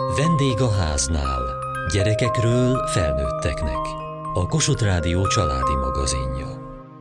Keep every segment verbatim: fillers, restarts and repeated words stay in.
Vendég a háznál. Gyerekekről felnőtteknek. A Kossuth Rádió családi magazinja.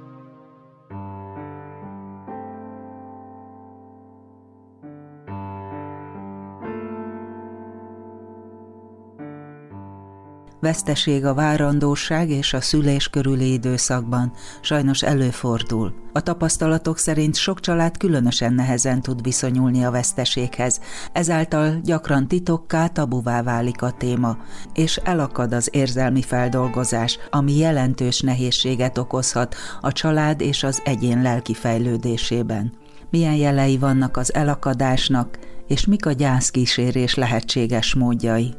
Veszteség a várandóság és a szülés körüli időszakban sajnos előfordul. A tapasztalatok szerint sok család különösen nehezen tud viszonyulni a veszteséghez, ezáltal gyakran titokká, tabuvá válik a téma, és elakad az érzelmi feldolgozás, ami jelentős nehézséget okozhat a család és az egyén lelki fejlődésében. Milyen jelei vannak az elakadásnak, és mik a gyászkísérés lehetséges módjai?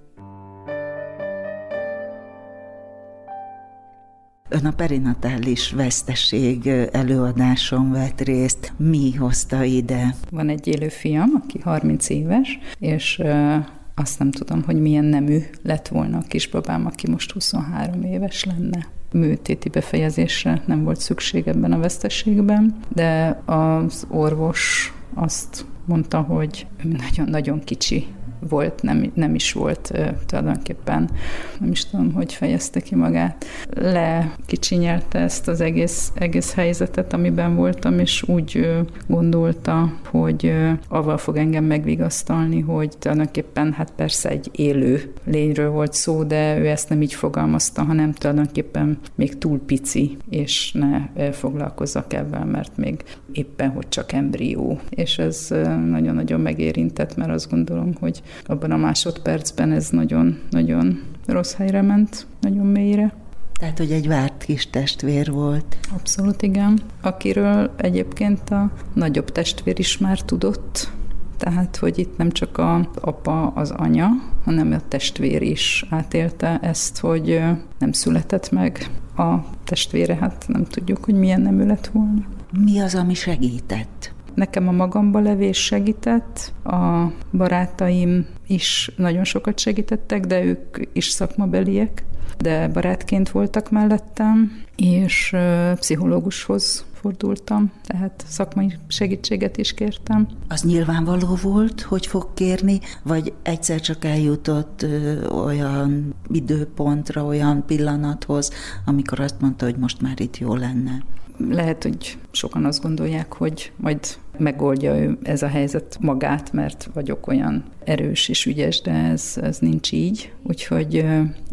Ön a perinatális veszteség előadáson vett részt. Mi hozta ide? Van egy élő fiam, aki harminc éves, és azt nem tudom, hogy milyen nemű lett volna a kisbabám, aki most huszonhárom éves lenne. Műtéti befejezésre nem volt szükség ebben a veszteségben, de az orvos azt mondta, hogy nagyon-nagyon kicsi volt, nem, nem is volt tulajdonképpen, nem is tudom, hogy fejezte ki magát. Lekicsinyelte ezt az egész, egész helyzetet, amiben voltam, és úgy gondolta, hogy avval fog engem megvigasztalni, hogy tulajdonképpen hát persze egy élő lényről volt szó, de ő ezt nem így fogalmazta, hanem tulajdonképpen még túl pici, és ne foglalkozzak ebben, mert még éppen, hogy csak embrió. És ez nagyon-nagyon megérintett, mert azt gondolom, hogy abban a másodpercben ez nagyon-nagyon rossz helyre ment, nagyon mélyre. Tehát, hogy egy várt kis testvér volt. Abszolút igen. Akiről egyébként a nagyobb testvér is már tudott, tehát, hogy itt nem csak az apa, az anya, hanem a testvér is átélte ezt, hogy nem született meg a testvére, hát nem tudjuk, hogy milyen nemű lett volna. Mi az, ami segített? Nekem a magamba levés segített, a barátaim is nagyon sokat segítettek, de ők is szakmabeliek, de barátként voltak mellettem, és pszichológushoz fordultam, tehát szakmai segítséget is kértem. Az nyilvánvaló volt, hogy fog kérni, vagy egyszer csak eljutott ö, olyan időpontra, olyan pillanathoz, amikor azt mondta, hogy most már itt jó lenne? Lehet, hogy sokan azt gondolják, hogy majd megoldja ő ez a helyzet magát, mert vagyok olyan erős és ügyes, de ez, ez nincs így. Úgyhogy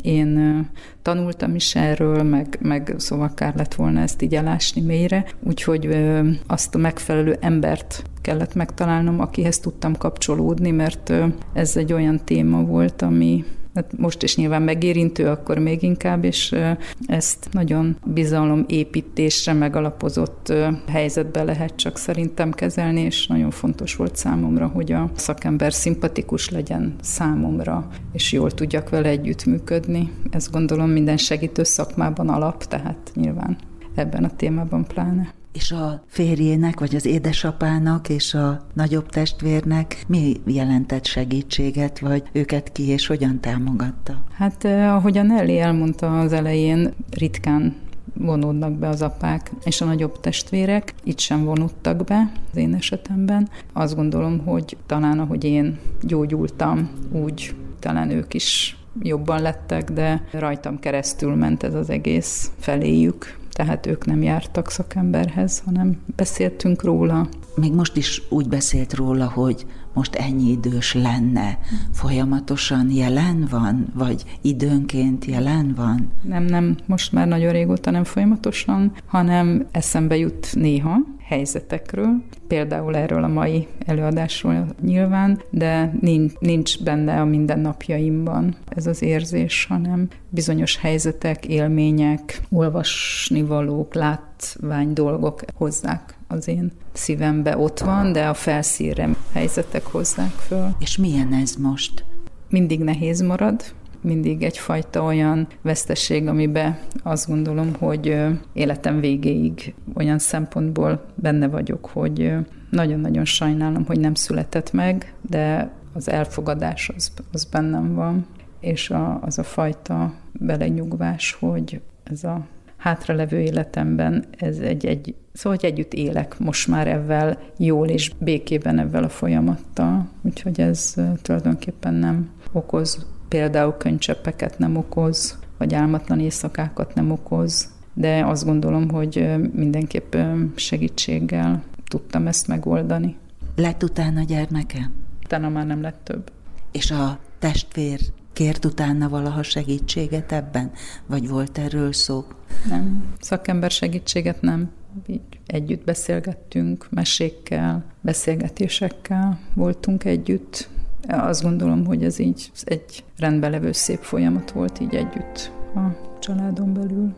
én tanultam is erről, meg, meg szóval kár lett volna ezt így elásni mélyre. Úgyhogy azt a megfelelő embert kellett megtalálnom, akihez tudtam kapcsolódni, mert ez egy olyan téma volt, ami hát most is nyilván megérintő, akkor még inkább, és ezt nagyon bizalomépítésre megalapozott helyzetben lehet csak szerintem kezelni, és nagyon fontos volt számomra, hogy a szakember szimpatikus legyen számomra, és jól tudjak vele együttműködni. Ezt gondolom minden segítő szakmában alap, tehát nyilván ebben a témában pláne. És a férjének, vagy az édesapának és a nagyobb testvérnek mi jelentett segítséget, vagy őket ki és hogyan támogatta? Hát ahogy a Nelly elmondta az elején, ritkán vonódnak be az apák és a nagyobb testvérek, itt sem vonódtak be az én esetemben. Azt gondolom, hogy talán ahogy én gyógyultam, úgy talán ők is jobban lettek, de rajtam keresztül ment ez az egész feléjük. Tehát ők nem jártak szakemberhez, hanem beszéltünk róla. Még most is úgy beszélt róla, hogy most ennyi idős lenne. Folyamatosan jelen van, vagy időnként jelen van? Nem, nem, most már nagyon régóta nem folyamatosan, hanem eszembe jut néha helyzetekről, például erről a mai előadásról nyilván, de nincs, nincs benne a mindennapjaimban ez az érzés, hanem bizonyos helyzetek, élmények, olvasnivalók, látvány dolgok hozzák az én szívembe, ott van, de a felszínre helyzetek hozzák föl. És milyen ez most? Mindig nehéz marad, mindig egyfajta olyan veszteség, amiben azt gondolom, hogy életem végéig olyan szempontból benne vagyok, hogy nagyon-nagyon sajnálom, hogy nem született meg, de az elfogadás az, az bennem van, és a, az a fajta belenyugvás, hogy ez a hátralevő életemben ez egy, egy szóval, hogy együtt élek most már ezzel jól és békében ezzel a folyamattal. Úgyhogy ez tulajdonképpen nem okoz, például könycseppeket nem okoz, vagy álmatlan éjszakákat nem okoz, de azt gondolom, hogy mindenképp segítséggel tudtam ezt megoldani. Lett utána gyermeke? Utána már nem lett több. És a testvér kért utána valaha segítséget ebben? Vagy volt erről szó? Nem. Szakember segítséget nem. Így együtt beszélgettünk, mesékkel, beszélgetésekkel voltunk együtt. Azt gondolom, hogy ez így egy rendben levő szép folyamat volt így együtt a családon belül.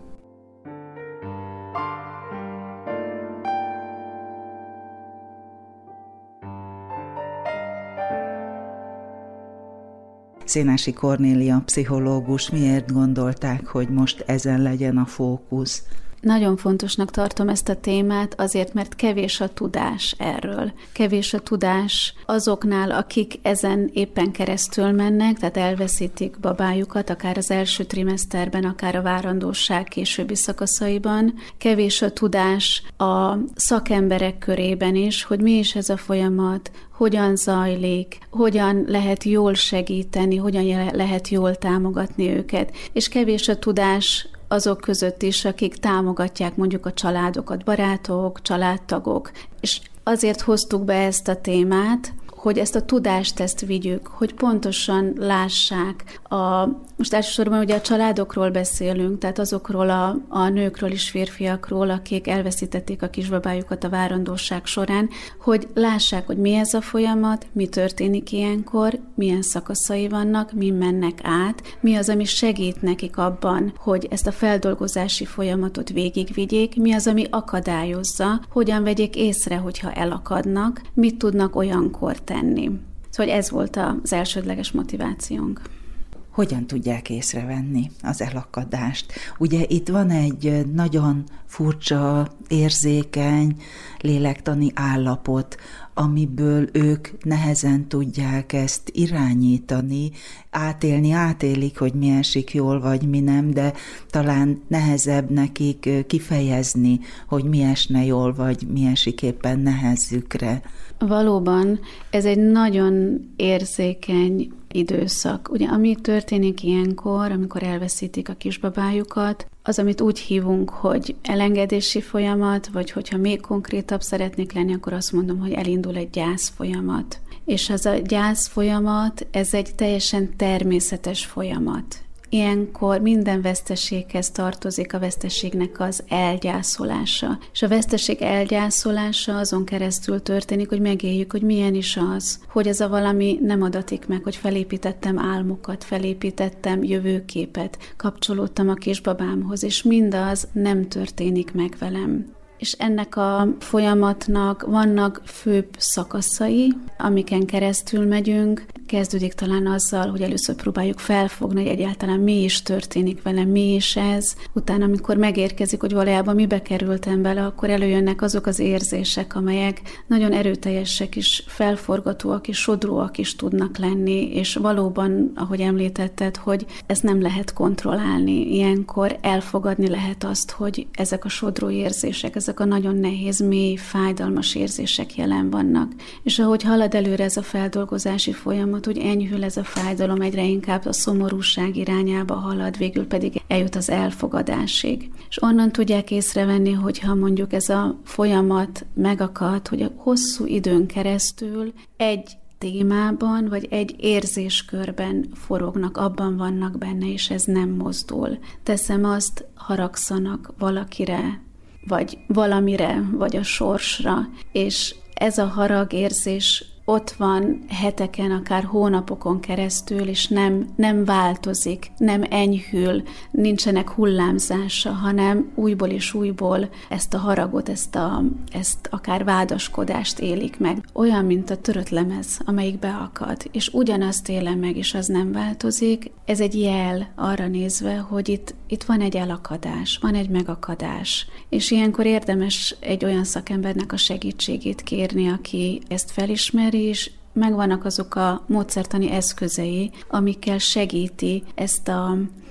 Szénási Kornélia pszichológus, miért gondolták, hogy most ezen legyen a fókusz? Nagyon fontosnak tartom ezt a témát, azért, mert kevés a tudás erről. Kevés a tudás azoknál, akik ezen éppen keresztül mennek, tehát elveszítik babájukat, akár az első trimeszterben, akár a várandóság későbbi szakaszaiban. Kevés a tudás a szakemberek körében is, hogy mi is ez a folyamat, hogyan zajlik, hogyan lehet jól segíteni, hogyan lehet jól támogatni őket. És kevés a tudás azok között is, akik támogatják mondjuk a családokat, barátok, családtagok. És azért hoztuk be ezt a témát, hogy ezt a tudást ezt vigyük, hogy pontosan lássák. A, most elsősorban ugye a családokról beszélünk, tehát azokról a, a nőkről és férfiakról, akik elveszítették a kisbabájukat a várandóság során, hogy lássák, hogy mi ez a folyamat, mi történik ilyenkor, milyen szakaszai vannak, mi mennek át, mi az, ami segít nekik abban, hogy ezt a feldolgozási folyamatot végigvigyék, mi az, ami akadályozza, hogyan vegyék észre, hogyha elakadnak, mit tudnak olyankor tenni. Szóval ez volt az elsődleges motivációnk. Hogyan tudják észrevenni az elakadást? Ugye itt van egy nagyon furcsa, érzékeny lélektani állapot, amiből ők nehezen tudják ezt irányítani, átélni, átélik, hogy mi esik jól, vagy mi nem, de talán nehezebb nekik kifejezni, hogy mi esne jól, vagy mi esik éppen nehezükre. Valóban ez egy nagyon érzékeny időszak. Ugye, ami történik ilyenkor, amikor elveszítik a kisbabájukat, az, amit úgy hívunk, hogy elengedési folyamat, vagy hogyha még konkrétabb szeretnék lenni, akkor azt mondom, hogy elindul egy gyász folyamat. És az a gyász folyamat, ez egy teljesen természetes folyamat. Ilyenkor minden veszteséghez tartozik a veszteségnek az elgyászolása. És a veszteség elgyászolása azon keresztül történik, hogy megéljük, hogy milyen is az, hogy ez a valami nem adatik meg, hogy felépítettem álmokat, felépítettem jövőképet, kapcsolódtam a kisbabámhoz, és mindaz nem történik meg velem. És ennek a folyamatnak vannak főbb szakaszai, amiken keresztül megyünk. Kezdődik talán azzal, hogy először próbáljuk felfogni, hogy egyáltalán mi is történik velem, mi is ez. Utána, amikor megérkezik, hogy valójában mibe kerültem bele, akkor előjönnek azok az érzések, amelyek nagyon erőteljesek is, felforgatóak és sodróak is tudnak lenni, és valóban, ahogy említetted, hogy ezt nem lehet kontrollálni. Ilyenkor elfogadni lehet azt, hogy ezek a sodró érzések, ezek a nagyon nehéz, mély, fájdalmas érzések jelen vannak. És ahogy halad előre ez a feldolgozási folyamat, úgy enyhül ez a fájdalom, egyre inkább a szomorúság irányába halad, végül pedig eljut az elfogadásig. És onnan tudják észrevenni, hogyha mondjuk ez a folyamat megakad, hogy a hosszú időn keresztül egy témában, vagy egy érzéskörben forognak, abban vannak benne, és ez nem mozdul. Teszem azt, haragszanak valakire, vagy valamire, vagy a sorsra, és ez a haragérzés ott van heteken, akár hónapokon keresztül, és nem, nem változik, nem enyhül, nincsenek hullámzása, hanem újból és újból ezt a haragot, ezt, a, ezt akár vádaskodást élik meg. Olyan, mint a törött lemez, amelyik beakad, és ugyanazt élem meg, és az nem változik. Ez egy jel arra nézve, hogy itt, itt van egy elakadás, van egy megakadás, és ilyenkor érdemes egy olyan szakembernek a segítségét kérni, aki ezt felismeri, és megvannak azok a módszertani eszközei, amikkel segíti ezt a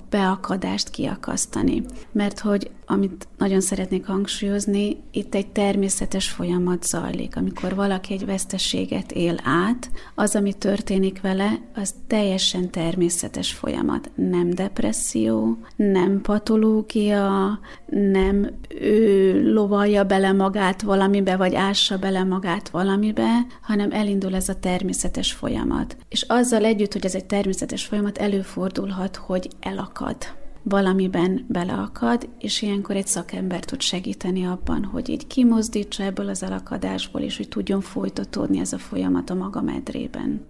beakadást kiakasztani. Mert hogy, amit nagyon szeretnék hangsúlyozni, itt egy természetes folyamat zajlik. Amikor valaki egy veszteséget él át, az, ami történik vele, az teljesen természetes folyamat. Nem depresszió, nem patológia, nem ő lovalja bele magát valamibe, vagy ássa bele magát valamibe, hanem elindul ez a természetes folyamat. És azzal együtt, hogy ez egy természetes folyamat, előfordulhat, hogy elakad. Valamiben beleakad, és ilyenkor egy szakember tud segíteni abban, hogy így kimozdítsa ebből az elakadásból, és hogy tudjon folytatódni ez a folyamat a maga medrében.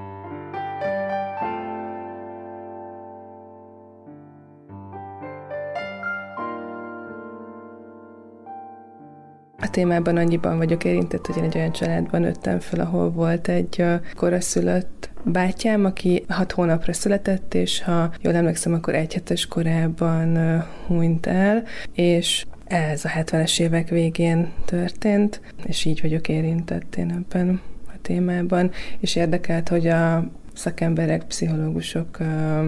A témában annyiban vagyok érintett, hogy én egy olyan családban nőttem fel, ahol volt egy koraszülött bátyám, aki hat hónapra született, és ha jól emlékszem, akkor egy hetes korában hunyt el, és ez a hetvenes évek végén történt, és így vagyok érintett én ebben a témában, és érdekelt, hogy a szakemberek, pszichológusok,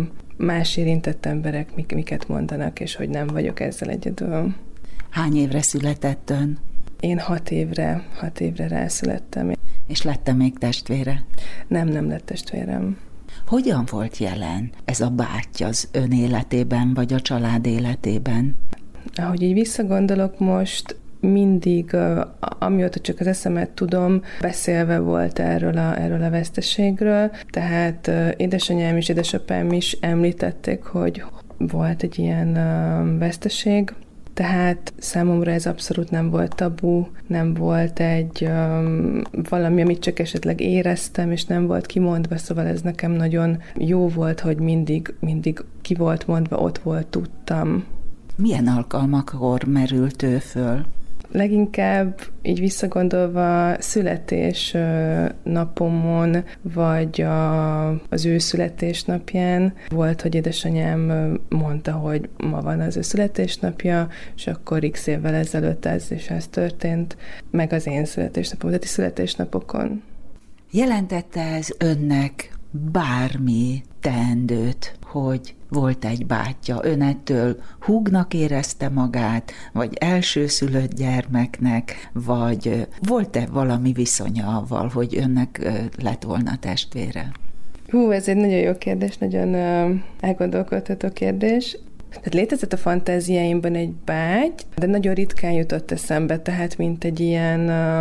más érintett emberek mik, miket mondanak, és hogy nem vagyok ezzel egyedül. Hány évre született ön? Én hat évre, hat évre rászülettem. És lett még testvére? Nem, nem lett testvérem. Hogyan volt jelen ez a bátyja az ön életében, vagy a család életében? Ahogy így visszagondolok most, mindig, amióta csak az eszemet tudom, beszélve volt erről a, erről a veszteségről, tehát édesanyám és édesapám is említették, hogy volt egy ilyen veszteség, tehát számomra ez abszolút nem volt tabu, nem volt egy um, valami, amit csak esetleg éreztem, és nem volt kimondva, szóval ez nekem nagyon jó volt, hogy mindig, mindig ki volt mondva, ott volt, tudtam. Milyen alkalmakkor merült ő föl? Leginkább így visszagondolva születés napomon, vagy a, az ő születésnapján volt, hogy édesanyám mondta, hogy ma van az ő születésnapja, és akkor x évvel ezelőtt ez és ez történt, meg az én születésnapom, tehát születésnapokon. Jelentette ez önnek bármi teendőt, hogy volt egy bátyja, ön ettől húgnak érezte magát, vagy elsőszülött gyermeknek, vagy volt-e valami viszonya avval, hogy önnek lett volna testvére? Hú, ez egy nagyon jó kérdés, nagyon elgondolkodható kérdés. Tehát létezett a fantáziáimban egy báty, de nagyon ritkán jutott eszembe, tehát mint egy ilyen,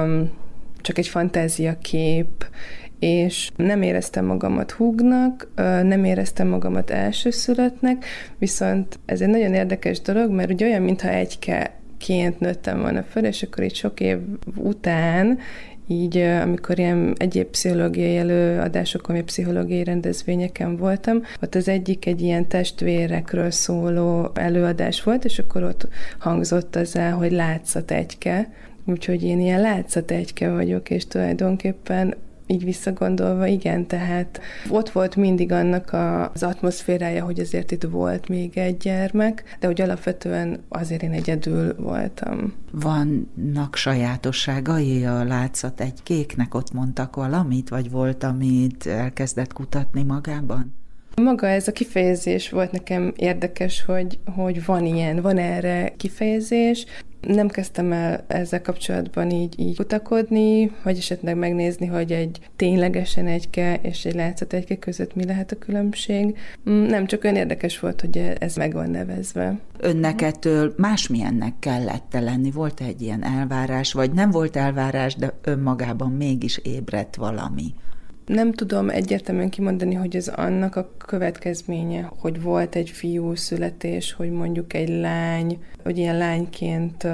csak egy fantáziakép, és nem éreztem magamat húgnak, nem éreztem magamat elsőszülöttnek, viszont ez egy nagyon érdekes dolog, mert ugye olyan, mintha egyként nőttem volna föl, és akkor így sok év után, így amikor ilyen egyéb pszichológiai előadásokon, vagy pszichológiai rendezvényeken voltam, ott az egyik egy ilyen testvérekről szóló előadás volt, és akkor ott hangzott az el, hogy látszategyke, úgyhogy én ilyen látszategyke vagyok, és tulajdonképpen így visszagondolva, igen, tehát ott volt mindig annak az atmoszférája, hogy azért itt volt még egy gyermek, de hogy alapvetően azért én egyedül voltam. Vannak sajátosságai a látszategykéknek? Ott mondtak valamit, vagy volt, amit elkezdett kutatni magában? Maga ez a kifejezés volt nekem érdekes, hogy, hogy van ilyen, van erre kifejezés. Nem kezdtem el ezzel kapcsolatban így, így kutakodni, vagy esetleg megnézni, hogy egy ténylegesen egyke és egy látszategyke között mi lehet a különbség. Nem, csak olyan érdekes volt, hogy ez meg van nevezve. Önnek ettől másmilyennek kellett lenni? Volt egy ilyen elvárás, vagy nem volt elvárás, de önmagában mégis ébredt valami? Nem tudom egyértelműen kimondani, hogy ez annak a következménye, hogy volt egy fiú születés, hogy mondjuk egy lány, hogy ilyen lányként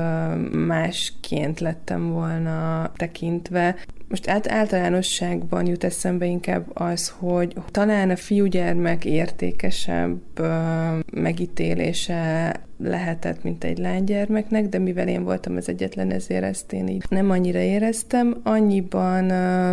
másként lettem volna tekintve. Most át, általánosságban jut eszembe inkább az, hogy talán a fiúgyermek értékesebb megítélése lehetett, mint egy lánygyermeknek, de mivel én voltam az egyetlen, ezért ezt én így nem annyira éreztem. Annyiban,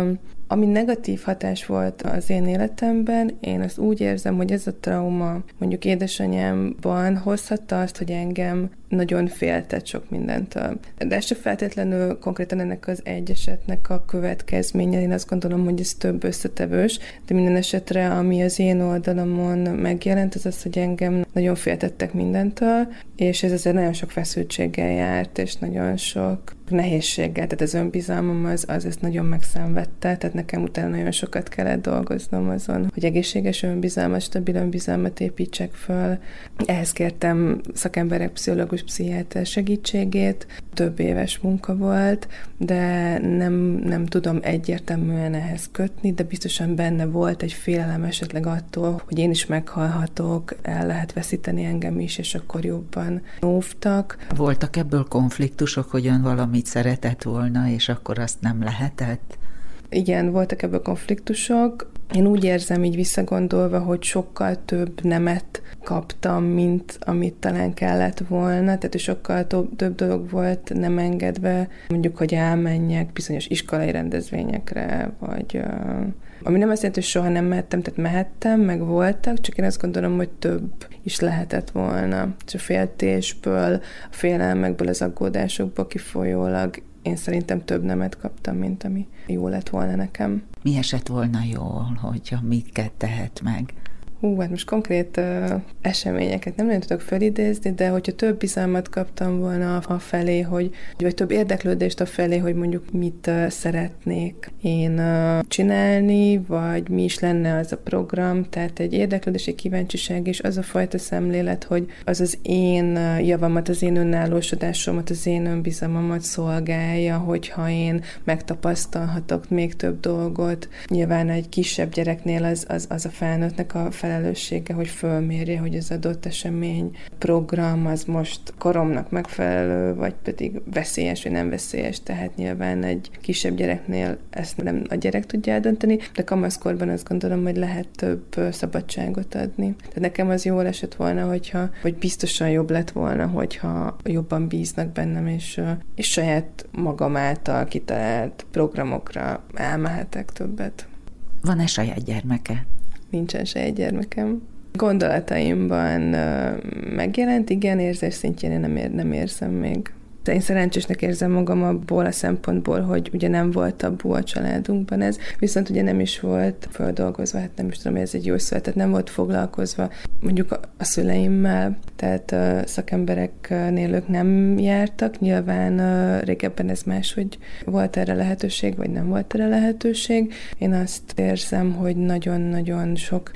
ami negatív hatás volt az én életemben, én azt úgy érzem, hogy ez a trauma mondjuk édesanyámban hozhatta azt, hogy engem nagyon féltett sok mindentől. De ez se feltétlenül konkrétan ennek az egy esetnek a következménye. Én azt gondolom, hogy ez több összetevős, de minden esetre, ami az én oldalamon megjelent, az az, hogy engem nagyon féltettek mindentől, és ez azért nagyon sok feszültséggel járt, és nagyon sok nehézséggel, tehát az önbizalmam az, az ezt nagyon megszenvedte, tehát nekem utána nagyon sokat kellett dolgoznom azon, hogy egészséges önbizalmat, stabil önbizalmat építsek föl. Ehhez kértem szakemberek, pszichológus, pszichiáter segítségét, több éves munka volt, de nem, nem tudom egyértelműen ehhez kötni, de biztosan benne volt egy félelem esetleg attól, hogy én is meghalhatok, el lehet veszíteni engem is, és akkor jobban óvtak. Voltak ebből konfliktusok, hogy ön valamit szeretett volna, és akkor azt nem lehetett? Igen, voltak ebből konfliktusok. Én úgy érzem így visszagondolva, hogy sokkal több nemet kaptam, mint amit talán kellett volna, tehát sokkal több, több dolog volt nem engedve, mondjuk, hogy elmenjek bizonyos iskolai rendezvényekre, vagy ami nem azt jelenti, hogy soha nem mehettem, tehát mehettem, meg voltak, csak én azt gondolom, hogy több is lehetett volna. És a féltésből, a félelmekből, az aggódásokból kifolyólag én szerintem több nemet kaptam, mint ami jó lett volna nekem. Mi esett volna jól, hogyha miket tehet meg? Hú, hát most konkrét uh, eseményeket nem nagyon tudok felidézni, de hogyha több bizalmat kaptam volna a felé, hogy, vagy több érdeklődést a felé, hogy mondjuk mit uh, szeretnék én uh, csinálni, vagy mi is lenne az a program, tehát egy érdeklődés, egy kíváncsiság, és az a fajta szemlélet, hogy az az én javamat, az én önállósodásomat, az én önbizalmamat szolgálja, hogyha én megtapasztalhatok még több dolgot. Nyilván egy kisebb gyereknél az, az, az a felnőttnek a felelőssége, hogy fölmérje, hogy az adott esemény, program az most koromnak megfelelő, vagy pedig veszélyes, vagy nem veszélyes. Tehát nyilván egy kisebb gyereknél ezt nem a gyerek tudja eldönteni, de kamaszkorban azt gondolom, hogy lehet több szabadságot adni. Tehát nekem az jól esett volna, hogyha, hogy biztosan jobb lett volna, hogyha jobban bíznak bennem, és, és saját magam által kitalált programokra elmehetek többet. Van-e saját gyermeke? Nincsen saját gyermekem. Gondolataimban uh, megjelent, igen, érzés szintjén én nem, ér, nem érzem még. De én szerencsésnek érzem magam abból a szempontból, hogy ugye nem volt tabu a családunkban ez, viszont ugye nem is volt földolgozva, hát nem is tudom, hogy ez egy jó szó, tehát nem volt foglalkozva mondjuk a, a szüleimmel, tehát uh, szakembereknél ők nem jártak, nyilván uh, régebben ez más, hogy volt erre lehetőség, vagy nem volt erre lehetőség. Én azt érzem, hogy nagyon-nagyon sok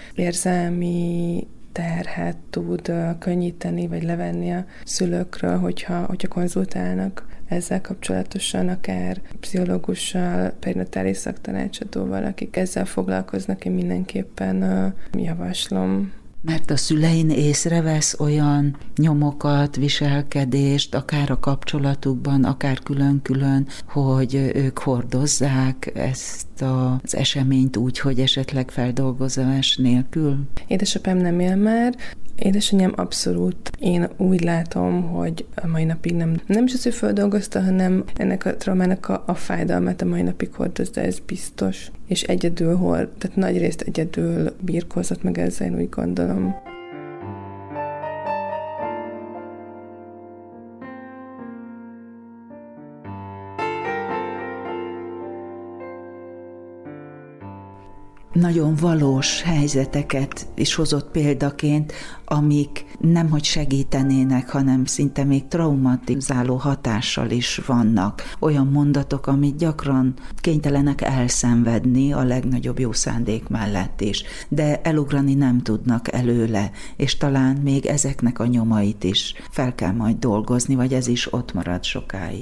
érzelmi terhet tud könnyíteni, vagy levenni a szülőkről, hogyha, hogyha konzultálnak ezzel kapcsolatosan, akár pszichológussal, perinatális szaktanácsadóval, akik ezzel foglalkoznak, én mindenképpen javaslom. Mert a szülein észrevesz olyan nyomokat, viselkedést, akár a kapcsolatukban, akár külön-külön, hogy ők hordozzák ezt az eseményt úgy, hogy esetleg feldolgozás nélkül? Édesapám nem él már, édesanyám abszolút, én úgy látom, hogy a mai napig nem, nem is az, hogy feldolgozta, hanem ennek a traumának a, a fájdalmát a mai napig hordoz, de ez biztos. És egyedül hord, tehát nagy részt egyedül birkózott meg ezzel, én úgy gondolom. Nagyon valós helyzeteket is hozott példaként, amik nemhogy segítenének, hanem szinte még traumatizáló hatással is vannak. Olyan mondatok, amit gyakran kénytelenek elszenvedni a legnagyobb jó szándék mellett is, de elugrani nem tudnak előle, és talán még ezeknek a nyomait is fel kell majd dolgozni, vagy ez is ott marad sokáig.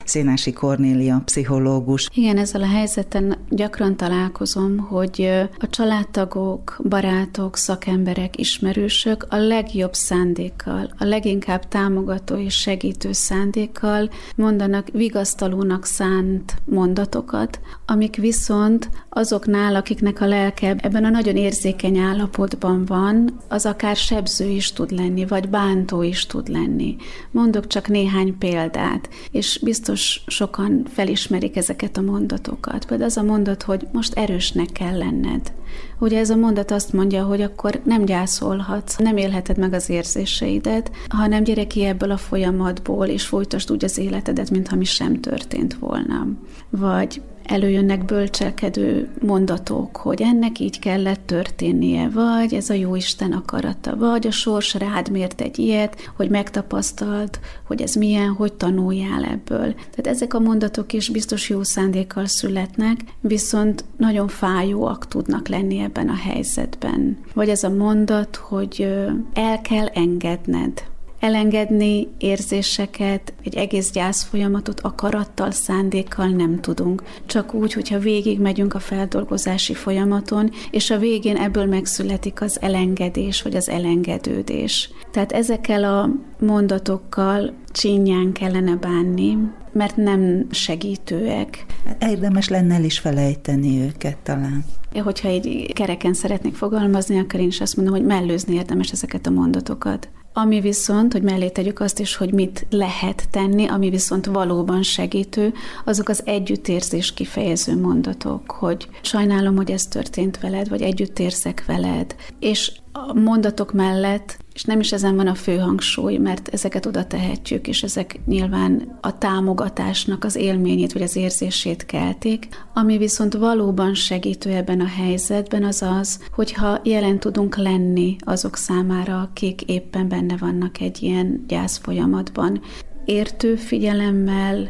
Szénási Kornélia, pszichológus. Igen, ezzel a helyzeten gyakran találkozom, hogy a családtagok, barátok, szakemberek, ismerősök a legjobb szándékkal, a leginkább támogató és segítő szándékkal mondanak vigasztalónak szánt mondatokat, amik viszont azoknál, akiknek a lelke ebben a nagyon érzékeny állapotban van, az akár sebző is tud lenni, vagy bántó is tud lenni. Mondok csak néhány példát, és biztos sokan felismerik ezeket a mondatokat. Például az a mondat, hogy most erősnek kell lenned. Ugye ez a mondat azt mondja, hogy akkor nem gyászolhatsz, nem élheted meg az érzéseidet, hanem gyere ki ebből a folyamatból, és folytasd úgy az életedet, mintha mi sem történt volna. Vagy előjönnek bölcselkedő mondatok, hogy ennek így kellett történnie, vagy ez a Jóisten akarata, vagy a sors rád mért egy ilyet, hogy megtapasztald, hogy ez milyen, hogy tanuljál ebből. Tehát ezek a mondatok is biztos jó szándékkal születnek, viszont nagyon fájóak tudnak lenni ebben a helyzetben. Vagy ez a mondat, hogy el kell engedned. Elengedni érzéseket, egy egész gyászfolyamatot akarattal, szándékkal nem tudunk. Csak úgy, hogyha végig megyünk a feldolgozási folyamaton, és a végén ebből megszületik az elengedés, vagy az elengedődés. Tehát ezekkel a mondatokkal csínyán kellene bánni, mert nem segítőek. Érdemes lenne el is felejteni őket talán. Hogyha így kereken szeretnék fogalmazni, akkor én is azt mondom, hogy mellőzni érdemes ezeket a mondatokat. Ami viszont, hogy mellé tegyük azt is, hogy mit lehet tenni, ami viszont valóban segítő, azok az együttérzés kifejező mondatok, hogy sajnálom, hogy ez történt veled, vagy együttérzek veled. És a mondatok mellett, és nem is ezen van a fő hangsúly, mert ezeket oda tehetjük, és ezek nyilván a támogatásnak az élményét, vagy az érzését keltik, ami viszont valóban segítő ebben a helyzetben, az az, hogyha jelen tudunk lenni azok számára, akik éppen benne vannak egy ilyen gyászfolyamatban. Értő figyelemmel,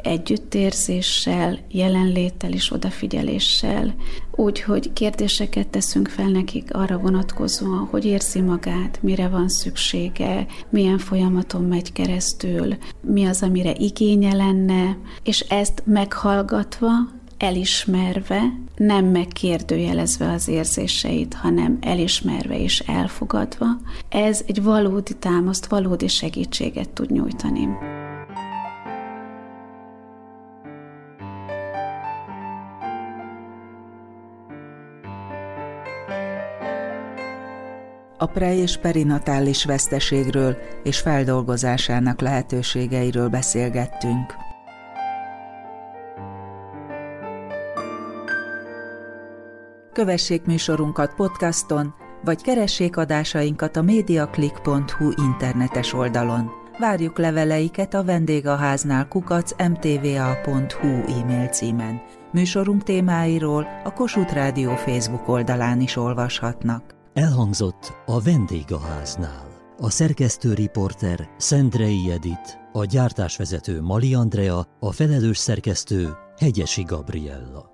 együttérzéssel, jelenléttel és odafigyeléssel, úgy, hogy kérdéseket teszünk fel nekik arra vonatkozóan, hogy érzi magát, mire van szüksége, milyen folyamaton megy keresztül, mi az, amire igénye lenne, és ezt meghallgatva, elismerve, nem megkérdőjelezve az érzéseit, hanem elismerve és elfogadva, ez egy valódi támaszt, valódi segítséget tud nyújtani. A pre- és perinatális veszteségről és feldolgozásának lehetőségeiről beszélgettünk. Kövessék műsorunkat podcaston, vagy keressék adásainkat a mediaclick pont hu internetes oldalon. Várjuk leveleiket a vendégháznál kukac em té vé á pont hu e-mail címen. Műsorunk témáiról a Kossuth Rádió Facebook oldalán is olvashatnak. Elhangzott a Vendégháznál. A szerkesztő riporter Szendrei Edit, a gyártásvezető Mali Andrea, a felelős szerkesztő Hegyesi Gabriella.